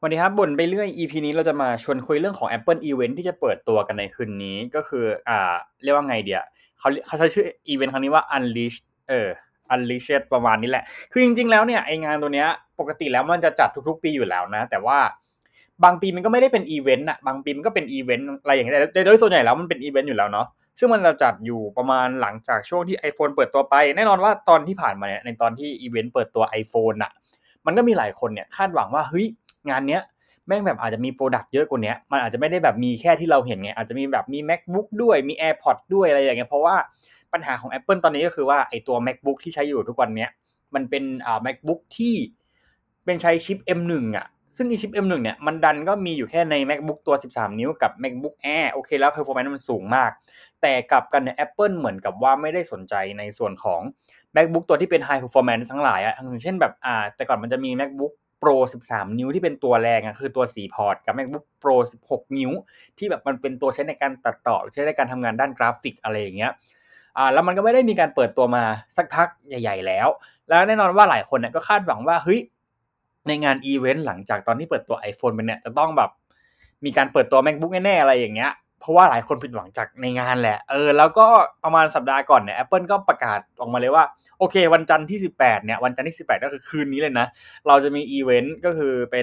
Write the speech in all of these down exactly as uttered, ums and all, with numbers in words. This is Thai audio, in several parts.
สวัสดีครับบ่นไปเรื่อย อี พี นี้เราจะมาชวนคุยเรื่องของ Apple Event ที่จะเปิดตัวกันในคืนนี้ก็คืออ่าเรียกว่าไงดีอะเขาเขาใช้ชื่ออีเวนต์ครั้งนี้ว่า Unleashed เออ Unleashed ประมาณนี้แหละคือจริงๆแล้วเนี่ยไองานตัวเนี้ยปกติแล้วมันจะจัดทุกๆปีอยู่แล้วนะแต่ว่าบางปีมันก็ไม่ได้เป็นอีเวนต์อะบางปีมันก็เป็นอีเวนต์อะไรอย่างเงี้ยแต่โดยส่วนใหญ่แล้วมันเป็นอีเวนต์อยู่แล้วเนาะซึ่งมันจะจัดอยู่ประมาณหลังจากช่วงที่ iPhone เปิดตัวไปแน่นอนว่าตอนที่ผ่านมาเนี่ยในตอนที่อีเวนต์เปิดตัว iPhone อะมันก็มีหลายคนเนี่ยคาดหวังว่าเฮ้ยงานเนี้ย แม่งแบบอาจจะมีโปรดักต์เยอะกว่านี้มันอาจจะไม่ได้แบบมีแค่ที่เราเห็นไงอาจจะมีแบบมี MacBook ด้วยมี AirPods ด้วยอะไรอย่างเงี้ยเพราะว่าปัญหาของ Apple ตอนนี้ก็คือว่าไอ้ตัว MacBook ที่ใช้อยู่ทุกวันเนี้ยมันเป็นอ่า MacBook ที่เป็นใช้ชิป เอ็ม วัน อ่ะซึ่งไอ้ชิป เอ็ม วัน เนี่ยมันดันก็มีอยู่แค่ใน MacBook ตัวสิบสามนิ้วกับ MacBook Air โอเคแล้ว performance มันสูงมากแต่กลับกันเนี่ย Apple เหมือนกับว่าไม่ได้สนใจในส่วนของ MacBook ตัวที่เป็น High Performance ทั้งหลายอ่ะอย่างเช่นแบบอ่าแต่ก่อนมันจะมี MacBook Pro สิบสามนิ้วที่เป็นตัวแรงอ่ะคือตัวสี่พอร์ตกับ MacBook Pro สิบหกนิ้วที่แบบมันเป็นตัวใช้ในการตัดต่อใช้ในการทำงานด้านกราฟิกอะไรอย่างเงี้ยอ่าแล้วมันก็ไม่ได้มีการเปิดตัวมาสักพักใหญ่ๆแล้วแล้วแน่นอนว่าหลายคนเนี่ยก็คาดหวังว่าเฮ้ยในงานอีเวนต์หลังจากตอนที่เปิดตัว iPhone ไปเนี่ยจะต้องแบบมีการเปิดตัว MacBook แน่ๆอะไรอย่างเงี้ยเพราะว่าหลายคนผิดหวังจากในงานแหละเออแล้วก็ประมาณสัปดาห์ก่อนเนี่ย Apple ก็ประกาศออกมาเลยว่าโอเควันจันทร์ที่สิบแปดเนี่ยวันจันทร์ที่สิบแปดก็คือคืนนี้เลยนะ เราจะมีอีเวนต์ก็คือเป็น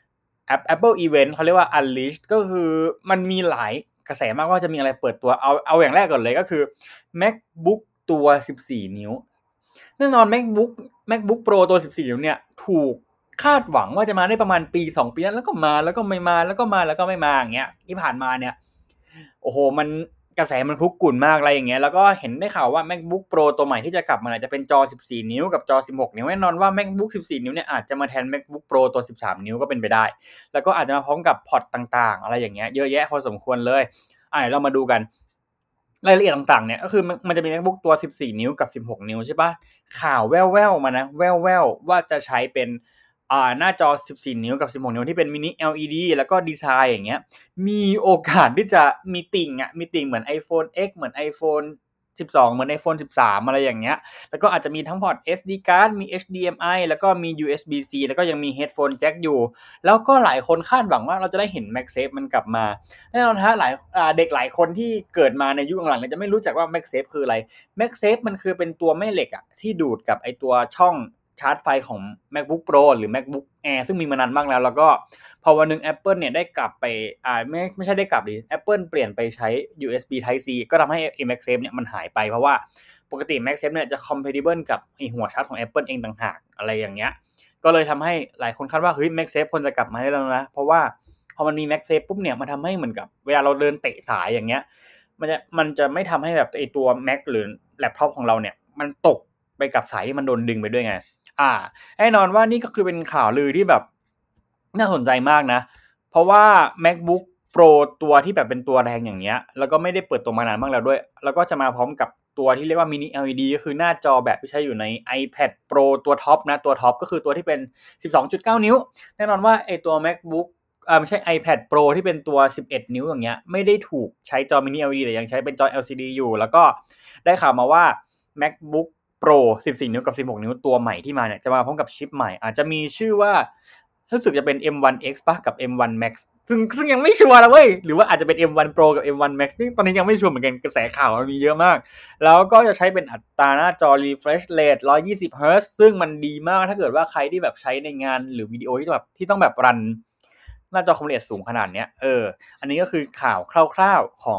Apple Event เขาเรียกว่า Unleashed ก็คือมันมีหลายกระแสมากว่าจะมีอะไรเปิดตัวเอาเอาอย่างแรกก่อนเลยก็คือ MacBook ตัวสิบสี่นิ้วแน่นอน MacBook MacBook Pro ตัวสิบสี่นิ้วเนี่ยถูกคาดหวังว่าจะมาได้ประมาณปีสองปีแล้วก็มาแล้วก็ไม่มาแล้วก็มาแล้วก็ไม่มาอย่างเงี้ยที่ผ่านมาเนี่ยโอ้โหมันกระแสมันคุกกุ่นมากอะไรอย่างเงี้ยแล้วก็เห็นได้ข่าวว่า MacBook Pro ตัวใหม่ที่จะกลับมาจะเป็นจอสิบสี่นิ้วกับจอสิบหกนิ้วแน่นอนว่า MacBook สิบสี่นิ้วเนี่ยอาจจะมาแทน MacBook Pro ตัวสิบสามนิ้วก็เป็นไปได้แล้วก็อาจจะมาพร้อมกับพอร์ตต่างๆอะไรอย่างเงี้ยเยอะแยะพอสมควรเลยอ่ะเดี๋ยวเรามาดูกันรายละเอียดต่างๆเนี่ยก็คือมันจะมี MacBook ตัวสิบสี่นิ้วกับสิบหกนิ้วใช่ปะข่าวแว่วๆมานะแว่วๆว่าจะใช้เป็นอ่าหน้าจอสิบสี่นิ้วกับสิบหกนิ้วที่เป็นมินิ แอล อี ดี แล้วก็ดีไซน์อย่างเงี้ยมีโอกาสที่จะมีติ่งอ่ะมีติ่งเหมือน iPhone X เหมือน iPhone สิบสองเหมือน iPhone สิบสามอะไรอย่างเงี้ยแล้วก็อาจจะมีทั้งพอร์ต เอส ดี card มี เอช ดี เอ็ม ไอ แล้วก็มี ยู เอส บี ซี แล้วก็ยังมี headphone jack อยู่แล้วก็หลายคนคาดหวังว่าเราจะได้เห็น MagSafe มันกลับมาแน่นอนฮะหลายเด็กหลายคนที่เกิดมาในยุคหลังๆจะไม่รู้จักว่า MagSafe คืออะไร MagSafe มันคือเป็นตัวแม่เหล็กอะที่ดูดกับไอตัวช่องชาร์จไฟของ MacBook Pro หรือ MacBook Air ซึ่งมีมานานมากแล้วแล้วก็พอวันนึง Apple เนี่ยได้กลับไปอ่าไม่ไม่ใช่ได้กลับดิ Apple เปลี่ยนไปใช้ ยู เอส บี Type C ก็ทำให้ไอ้ MagSafe เนี่ยมันหายไปเพราะว่าปกติ MagSafe เนี่ยจะ compatible กับไอ้หัวชาร์จของ Apple เองต่างหากอะไรอย่างเงี้ยก็เลยทำให้หลายคนคาดว่าเฮ้ย MagSafe ควรจะกลับมาได้แล้วนะเพราะว่าพอมันมี MagSafe ปุ๊บเนี่ยมันทำให้เหมือนกับเวลาเราเดินเตะสายอย่างเงี้ยมันจะมันจะไม่ทำให้แบบไอ้ตัว Mac หรือแล็ปท็อปของเราเนี่ยมันตกไปกับสายที่มันโดนดึงไปด้วยไงอ่าแน่นอนว่านี่ก็คือเป็นข่าวลือที่แบบน่าสนใจมากนะเพราะว่า MacBook Pro ตัวที่แบบเป็นตัวแรงอย่างเงี้ยแล้วก็ไม่ได้เปิดตัวมานานมากแล้วด้วยแล้วก็จะมาพร้อมกับตัวที่เรียกว่า Mini แอล อี ดี ก็คือหน้าจอแบบที่ใช้อยู่ใน iPad Pro ตัวท็อปนะตัวท็อปก็คือตัวที่เป็น สิบสองจุดเก้า นิ้วแน่นอนว่าไอตัว MacBook อ่าไม่ใช่ iPad Pro ที่เป็นตัวสิบเอ็ดนิ้วอย่างเงี้ยไม่ได้ถูกใช้จอ Mini แอล อี ดี แต่ยังใช้เป็นจอ แอล ซี ดี อยู่แล้วก็ได้ข่าวมาว่า MacBook Pro สิบสี่นิ้วกับสิบหกนิ้วตัวใหม่ที่มาเนี่ยจะมาพร้อมกับชิปใหม่อาจจะมีชื่อว่ารู้สึกจะเป็น เอ็ม วัน เอ็กซ์ ป่ะกับ เอ็ม วัน Max ซึ่งซึ่งยังไม่ชัวร์นะเว้ยหรือว่าอาจจะเป็น เอ็ม วัน Pro กับ เอ็ม วัน Max นี่ตอนนี้ยังไม่ชัวร์เหมือนกันกระแสข่าวมันมีเยอะมากแล้วก็จะใช้เป็นอัตราหน้าจอ refresh rate หนึ่งร้อยยี่สิบ เฮิร์ตซ์ ซึ่งมันดีมากถ้าเกิดว่าใครที่แบบใช้ในงานหรือวิดีโอที่แบบที่ต้องแบบรันหน้าจอความละเอียดสูงขนาดเนี้ยเอออันนี้ก็คือข่าวคร่าวๆของ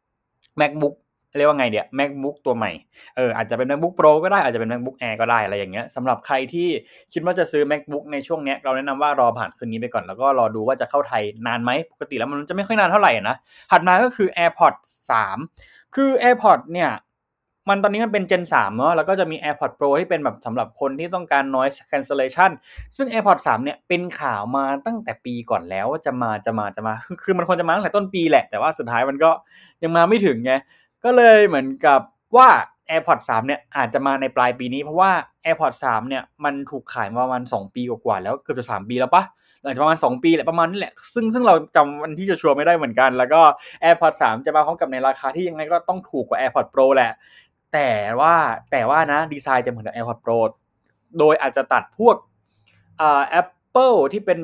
MacBook เรียกว่าไงเดี๋ย MacBook ตัวใหม่เอออาจจะเป็น MacBook Pro ก็ได้อาจจะเป็น MacBook Air ก็ได้อะไรอย่างเงี้ยสำหรับใครที่คิดว่าจะซื้อ MacBook ในช่วงเนี้ยเราแนะนำว่ารอผ่านคืนนี้ไปก่อนแล้วก็รอดูว่าจะเข้าไทยนานไหมปกติแล้วมันจะไม่ค่อยนานเท่าไหร่นะถัดมาก็คือ AirPods สามคือ AirPods เนี่ยมันตอนนี้มันเป็น Gen สามเนาะแล้วก็จะมี AirPods Pro ที่เป็นแบบสำหรับคนที่ต้องการ noise cancellation ซึ่ง AirPods สามเนี่ยเป็นข่าวมาตั้งแต่ปีก่อนแล้วว่าจะมาจะมาจะมาคือคือมันควรจะมาตั้งแต่ต้นปีแหละแต่ว่าสุดท้ายมันก็ยังมาไม่ถึงไงก็เลยเหมือนกับว่า AirPods สามเนี่ยอาจจะมาในปลายปีนี้เพราะว่า AirPods สามเนี่ยมันถูกขายมาประมาณสองปีกว่าๆแล้วเกือบจะสามปีแล้วปะหลังจากประมาณสองปีแหละประมาณนี้แหละซึ่งซึ่งเราจำวันที่ชัวร์ไม่ได้เหมือนกันแล้วก็ AirPods สามจะมาพร้อมกับในราคาที่ยังไงก็ต้องถูกกว่า AirPods Pro แหละแต่ว่าแต่ว่านะดีไซน์จะเหมือนกับ AirPods Pro โดยอาจจะตัดพวกอ่า Apple ที่เป็นแบบไอ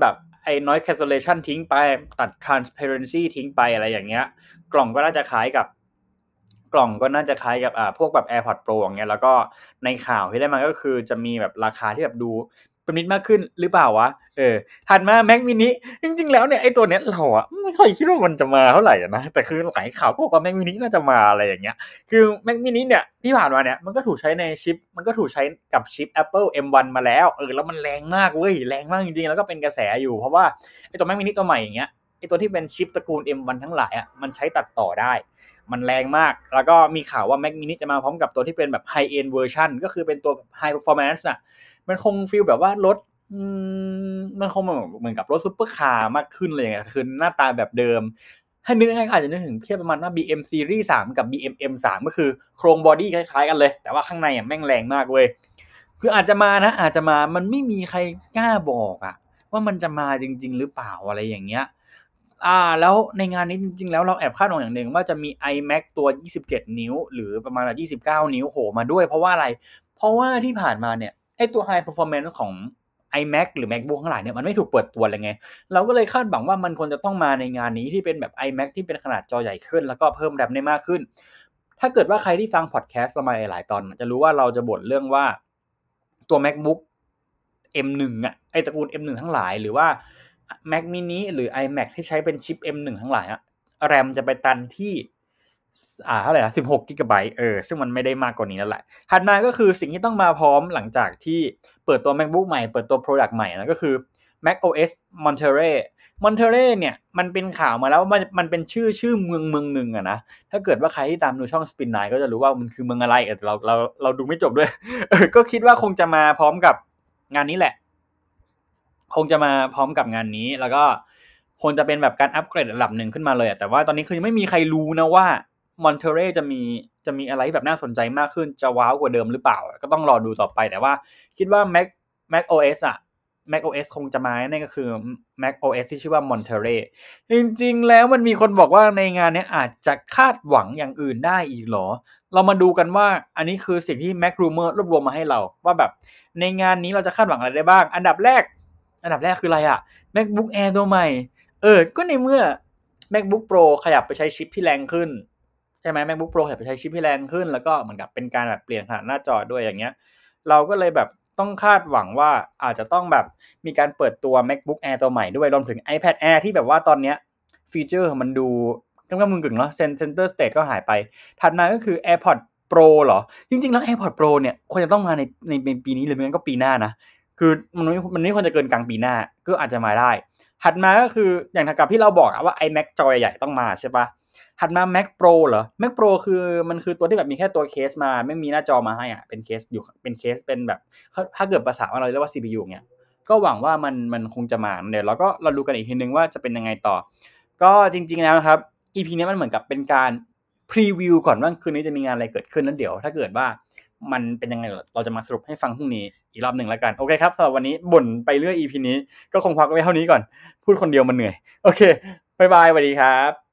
อ้ noise cancellation ทิ้งไปตัด transparency ทิ้งไปอะไรอย่างเงี้ยกล่องก็น่าจะคล้ายกับกล่องก็น่าจะคล้ายกับอ่าพวกแบบ AirPods Pro อย่างเงี้ยแล้วก็ในข่าวที่ได้มาก็คือจะมีแบบราคาที่แบบดูเป็นมิตรมากขึ้นหรือเปล่าวะเออถัดมา Mac mini จริงๆแล้วเนี่ยไอ้ตัวเนี้ยเราอะไม่ค่อยคิดว่ามันจะมาเท่าไหร่นะแต่คือหลายข่าวก็บอกว่า Mac mini น่าจะมาอะไรอย่างเงี้ยคือ Mac mini เนี่ยที่ผ่านมาเนี่ยมันก็ถูกใช้ในชิปมันก็ถูกใช้กับชิป Apple เอ็ม วัน มาแล้วเออแล้วมันแรงมากเว้ยแรงมากจริงๆแล้วก็เป็นกระแสอยู่เพราะว่าไอ้ตัว Mac mini ตัวใหม่อย่างเงี้ยไอ้ตัวที่เป็นชิปตระกูล เอ็ม วัน ทั้งหลายอ่ะมันใช้ตัดต่อได้มันแรงมากแล้วก็มีข่าวว่า Mac mini จะมาพร้อมกับตัวที่เป็นแบบ high end version ก็คือเป็นตัว high performance น่ะมันคงฟีลแบบว่ารถมันคงเหมือนกับรถซุปเปอร์คาร์มากขึ้นเลยอ่ะคือหน้าตาแบบเดิมถ้านึกง่ายๆอาจจะนึกถึงเทียบประมาณว่า บี เอ็ม Series สามกับ บี เอ็ม เอ็ม สามก็คือโครงบอดี้คล้ายๆกันเลยแต่ว่าข้างในอ่ะแม่งแรงมากเว้ยคืออาจจะมานะอาจจะมามันไม่มีใครกล้าบอกอ่ะว่ามันจะมาจริงๆหรือเปล่าอะไรอย่างเงี้ยอ่าแล้วในงานนี้จริงๆแล้วเราแอบคาดหวังอย่างนึงว่าจะมี iMac ตัวยี่สิบเจ็ดนิ้วหรือประมาณยี่สิบเก้านิ้วโผล่มาด้วยเพราะว่าอะไรเพราะว่าที่ผ่านมาเนี่ยไอ้ตัว high performance ของ iMac หรือ MacBook ทั้งหลายเนี่ยมันไม่ถูกเปิดตัวเลยไงเราก็เลยคาดหวังว่ามันควรจะต้องมาในงานนี้ที่เป็นแบบ iMac ที่เป็นขนาดจอใหญ่ขึ้นแล้วก็เพิ่ม RAM ได้มากขึ้นถ้าเกิดว่าใครที่ฟังพอดแคสต์เรามาหลายตอนจะรู้ว่าเราจะบ่นเรื่องว่าตัว MacBook เอ็ม วัน อ่ะไอ้ตระกูล เอ็ม วัน ทั้งหลายหรือว่า Mac mini หรือ iMac ที่ใช้เป็นชิป เอ็ม วัน ทั้งหลายอะ RAM จะไปตันที่อ่าเท่าไหร่นะสิบหก GB เออซึ่งมันไม่ได้มากกว่านี้แล้วแหละถัดมาก็คือสิ่งที่ต้องมาพร้อมหลังจากที่เปิดตัว MacBook ใหม่เปิดตัว Product ใหม่นะก็คือ macOS Monterey Monterey เนี่ยมันเป็นข่าวมาแล้วมันมันเป็นชื่อชื่อเมืองเมืองนึงอ่ะนะถ้าเกิดว่าใครที่ตามดูช่อง Spin ไนน์ ก็จะรู้ว่ามันคือเมืองอะไรแต่เราเราเราดูไม่จบด้วยเออก็คิดว่าคงจะมาพร้อมกับงานนี้แหละคงจะมาพร้อมกับงานนี้แล้วก็คงจะเป็นแบบการอัปเกรดระดับหนึ่งขึ้นมาเลยแต่ว่าตอนนี้คือยังไม่มีใครรู้นะว่า Monterey จะมีจะมีอะไรแบบน่าสนใจมากขึ้นจะว้าวกว่าเดิมหรือเปล่าก็ต้องรอดูต่อไปแต่ว่าคิดว่า Mac macOS อ่ะ macOS คงจะมาแน่ก็คือ macOS ที่ชื่อว่า Monterey จริงๆแล้วมันมีคนบอกว่าในงานนี้อาจจะคาดหวังอย่างอื่นได้อีกเหรอเรามาดูกันว่าอันนี้คือสิ่งที่ Mac Rumor รวบรวมมาให้เราว่าแบบในงานนี้เราจะคาดหวังอะไรได้บ้างอันดับแรกอันดับแรกคืออะไรอ่ะ MacBook Air ตัวใหม่เออก็ในเมื่อ MacBook Pro ขยับไปใช้ชิปที่แรงขึ้นใช่ไหม MacBook Pro ขยับไปใช้ชิปที่แรงขึ้นแล้วก็เหมือนกับเป็นการแบบเปลี่ยนขนาดหน้าจอด้วยอย่างเงี้ยเราก็เลยแบบต้องคาดหวังว่าอาจจะต้องแบบมีการเปิดตัว MacBook Air ตัวใหม่ด้วยรวมถึง iPad Air ที่แบบว่าตอนเนี้ยฟีเจอร์มันดูกำลังมึงกึ่งเนาะ Center Stage ก็หายไปถัดมาก็คือ AirPods Pro เหรอจริงๆแล้ว AirPods Pro เนี่ยควรจะต้องมาในในปีนี้หรือไม่งั้นก็ปีหน้านะคือมันไม่มันไม่ควรจะเกินกลางปีหน้าก็อาจจะมาได้ถัดมาก็คืออย่างกับที่เราบอกอะว่า iMac จอใหญ่ๆต้องมาใช่ปะถัดมา Mac Pro เหรอ Mac Pro คือมันคือตัวที่แบบมีแค่ตัวเคสมาไม่มีหน้าจอมาให้อ่ะเป็นเคสอยู่เป็นเคสเป็นแบบถ้าเกิดภาษาว่าเราเรียกว่า ซี พี ยู เงี้ยก็หวังว่ามันมันคงจะมาเดี๋ยวเราก็เราดูกันอีกทีนึงว่าจะเป็นยังไงต่อก็จริงๆแล้วนะครับ อี พี นี้มันเหมือนกับเป็นการพรีวิวก่อนว่าคืนนี้จะมีงานอะไรเกิดขึ้นแล้วเดี๋ยวถ้าเกิดว่ามันเป็นยังไงเราจะมาสรุปให้ฟังพรุ่งนี้อีกรอบหนึ่งแล้วกันโอเคครับสำหรับวันนี้บ่นไปเรื่อย อี พี นี้ก็คงพักไว้เท่านี้ก่อนพูดคนเดียวมันเหนื่อยโอเคบ๊ายบายสวัสดีครับ